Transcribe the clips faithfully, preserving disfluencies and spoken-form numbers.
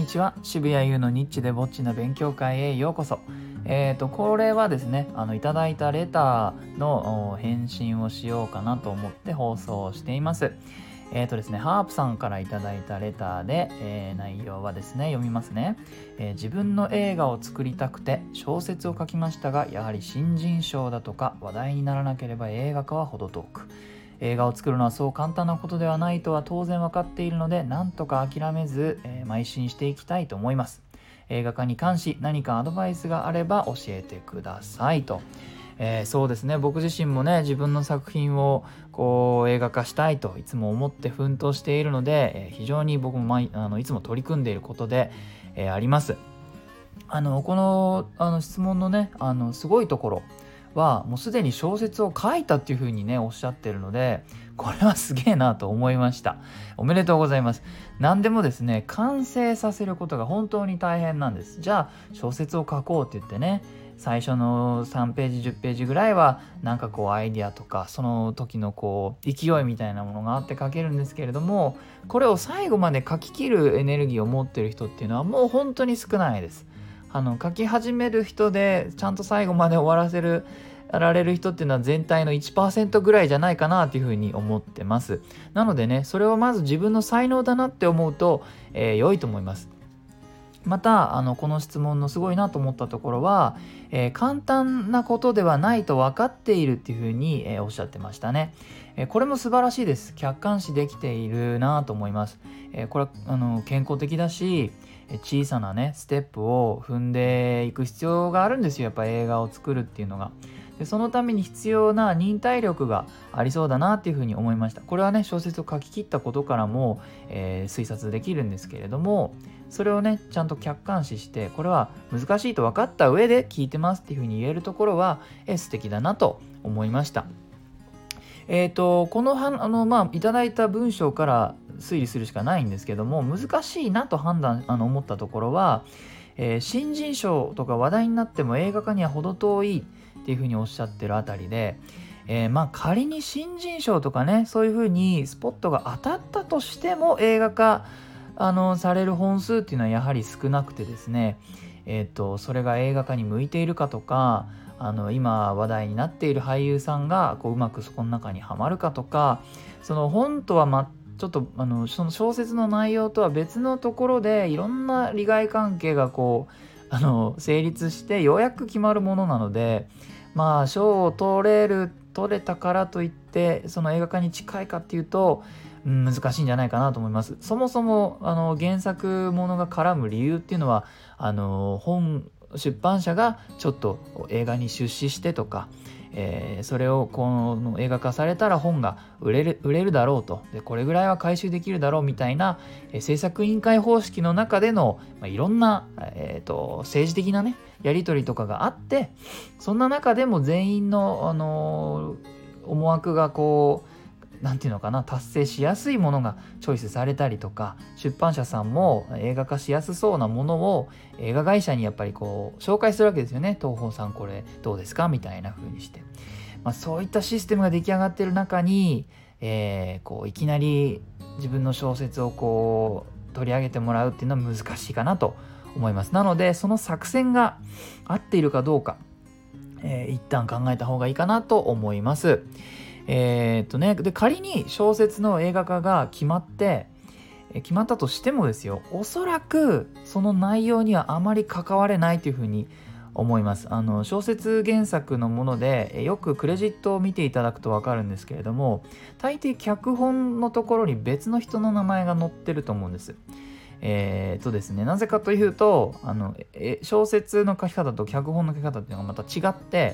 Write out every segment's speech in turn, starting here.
にちは。渋谷優のニッチでぼっちな勉強会へようこそ。えーとこれはですね、あのいただいたレターの返信をしようかなと思って放送しています。えーとですね、ハープさんからいただいたレターで、えー、内容はですね、読みますね、えー。自分の映画を作りたくて小説を書きましたが、やはり新人賞だとか話題にならなければ映画化は程遠く、映画を作るのはそう簡単なことではないとは当然分かっているので、なんとか諦めず、えー、邁進していきたいと思います。映画化に関し何かアドバイスがあれば教えてくださいと。えー、そうですね、僕自身もね、自分の作品をこう映画化したいといつも思って奮闘しているので、えー、非常に僕も毎あのいつも取り組んでいることで、えー、あります。あのこのあの質問のね、あのすごいところはもうすでに小説を書いたっていう風にねおっしゃってるので、これはすげえなと思いました。おめでとうございます。何でもですね、完成させることが本当に大変なんです。じゃあ小説を書こうって言ってね、最初のさんページじゅっページぐらいはなんかこうアイディアとかその時のこう勢いみたいなものがあって書けるんですけれども、これを最後まで書き切るエネルギーを持ってる人っていうのはもう本当に少ないです。あの書き始める人でちゃんと最後まで終わらせるられる人っていうのは全体の いちパーセント ぐらいじゃないかなというふうに思ってます。なのでね、それをまず自分の才能だなって思うと、えー、良いと思います。またあのこの質問のすごいなと思ったところは、えー、簡単なことではないと分かっているっていうふうに、えー、おっしゃってましたね。えー、これも素晴らしいです。客観視できているなと思います。えー、これはあの健康的だし、小さなねステップを踏んでいく必要があるんですよ。やっぱ映画を作るっていうのが。でそのために必要な忍耐力がありそうだなっていうふうに思いました。これはね、小説を書き切ったことからも、えー、推察できるんですけれども、それをねちゃんと客観視して、これは難しいと分かった上で聞いてますっていうふうに言えるところは、えー、素敵だなと思いました。えーとこのはあの、まあ、いただいた文章から推理するしかないんですけども、難しいなと判断あの思ったところは、えー、新人賞とか話題になっても映画化には程遠いっていうふうにおっしゃってるあたりで、えー、まあ仮に新人賞とかね、そういうふうにスポットが当たったとしても映画化あのされる本数っていうのはやはり少なくてですね、えーとそれが映画化に向いているかとか、あの今話題になっている俳優さんがこううまくそこの中にはまるかとか、その本とはまちょっとあのその小説の内容とは別のところでいろんな利害関係がこうあの成立してようやく決まるものなので、まあ賞を取れる取れたからといってその映画化に近いかっていうと、うん、難しいんじゃないかなと思います。そもそもあの原作ものが絡む理由っていうのは、あの本出版社がちょっと映画に出資してとか、えー、それをこの映画化されたら本が売れる売れるだろうと、でこれぐらいは回収できるだろうみたいな、えー、制作委員会方式の中での、まあ、いろんな、えーと、政治的なねやり取りとかがあって、そんな中でも全員の、あのー、思惑がこうなんていうのかな、達成しやすいものがチョイスされたりとか、出版社さんも映画化しやすそうなものを映画会社にやっぱりこう紹介するわけですよね。東宝さんこれどうですかみたいな風にして、まあ、そういったシステムが出来上がっている中に、えー、こういきなり自分の小説をこう取り上げてもらうっていうのは難しいかなと思います。なのでその作戦が合っているかどうか、えー、一旦考えた方がいいかなと思います。えー、っとねで仮に小説の映画化が決まって決まったとしてもですよ、おそらくその内容にはあまり関われないというふうに思います。あの小説原作のものでよくクレジットを見ていただくと分かるんですけれども、大抵脚本のところに別の人の名前が載ってると思うんです。えー、とですねなぜかというと、あのえ小説の書き方と脚本の書き方っていうのがまた違って、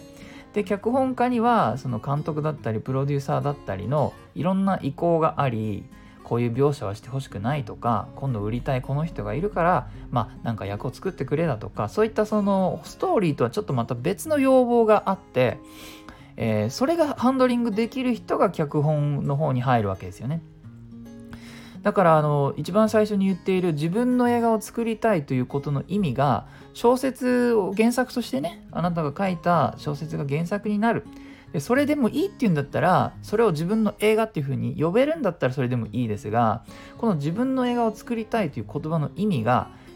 で脚本家にはその監督だったりプロデューサーだったりのいろんな意向があり、こういう描写はしてほしくないとか、今度売りたいこの人がいるからまあなんか役を作ってくれだとか、そういったそのストーリーとはちょっとまた別の要望があって、えー、それがハンドリングできる人が脚本の方に入るわけですよね。だからあの一番最初に言っている自分の映画を作りたいということの意味が、小説を原作としてね、あなたが書いた小説が原作になる、でそれでもいいっていうんだったら、それを自分の映画っていう風に呼べるんだったらそれでもいいですが、この自分の映画を作りたいという言葉の意味が、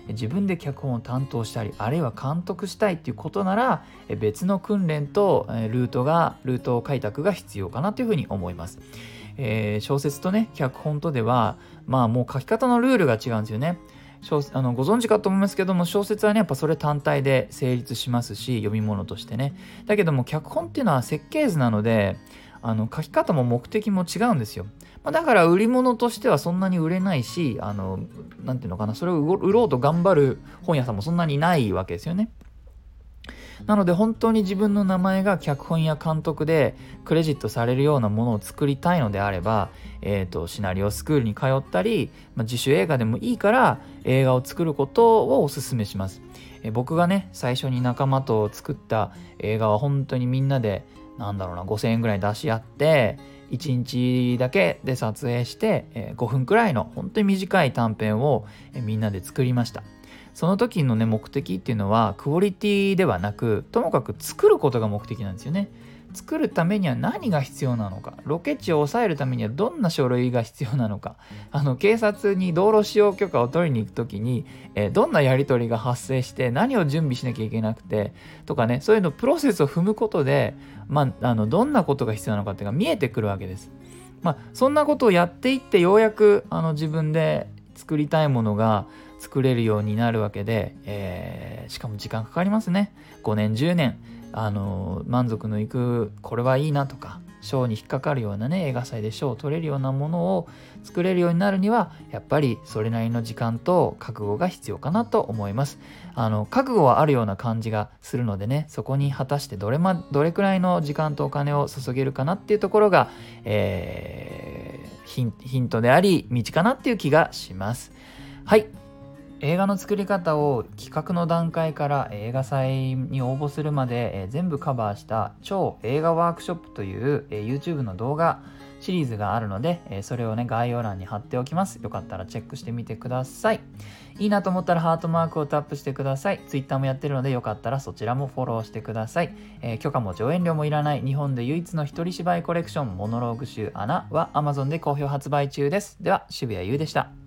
自分で脚本を担当したりあるいは監督したいっていうことなら別の訓練とルートがルート開拓が必要かなというふうに思います。えー、小説とね脚本とではまあもう書き方のルールが違うんですよね。あのご存知かと思いますけども、小説はねやっぱそれ単体で成立しますし読み物としてね。だけども脚本っていうのは設計図なのであの書き方も目的も違うんですよ。まあ、だから売り物としてはそんなに売れないし、あのなんていうのかな、それを売ろうと頑張る本屋さんもそんなにないわけですよね。なので本当に自分の名前が脚本や監督でクレジットされるようなものを作りたいのであれば、えーと、シナリオスクールに通ったり、まあ、自主映画でもいいから映画を作ることをお勧めします。えー、僕がね最初に仲間と作った映画は本当にみんなでなんだろうなごせんえんぐらい出し合っていちにちだけで撮影して、えー、ごふんくらいの本当に短い短編を、えー、みんなで作りました。その時のね目的っていうのはクオリティではなくともかく作ることが目的なんですよね。作るためには何が必要なのか、ロケ地を抑えるためにはどんな書類が必要なのか、あの警察に道路使用許可を取りに行く時に、えー、どんなやり取りが発生して何を準備しなきゃいけなくてとかね、そういうのプロセスを踏むことで、まあ、あのどんなことが必要なのかっていうのが見えてくるわけです。まあ、そんなことをやっていってようやくあの自分で作りたいものが作れるようになるわけで、えー、しかも時間かかりますね。ごねんじゅうねんあの満足のいくこれはいいなとか賞に引っかかるようなね映画祭で賞を取れるようなものを作れるようになるにはやっぱりそれなりの時間と覚悟が必要かなと思います。あの覚悟はあるような感じがするのでね、そこに果たしてどれ,、ま、どれくらいの時間とお金を注げるかなっていうところが、えー、ヒン、ヒントであり道かなっていう気がします。はい、映画の作り方を企画の段階から映画祭に応募するまで、えー、全部カバーした超映画ワークショップという、えー、YouTube の動画シリーズがあるので、えー、それをね概要欄に貼っておきます。よかったらチェックしてみてください。いいなと思ったらハートマークをタップしてください。 Twitter もやってるのでよかったらそちらもフォローしてください。えー、許可も上演料もいらない日本で唯一の一人芝居コレクションモノローグ集アナは Amazon で好評発売中です。では渋谷優でした。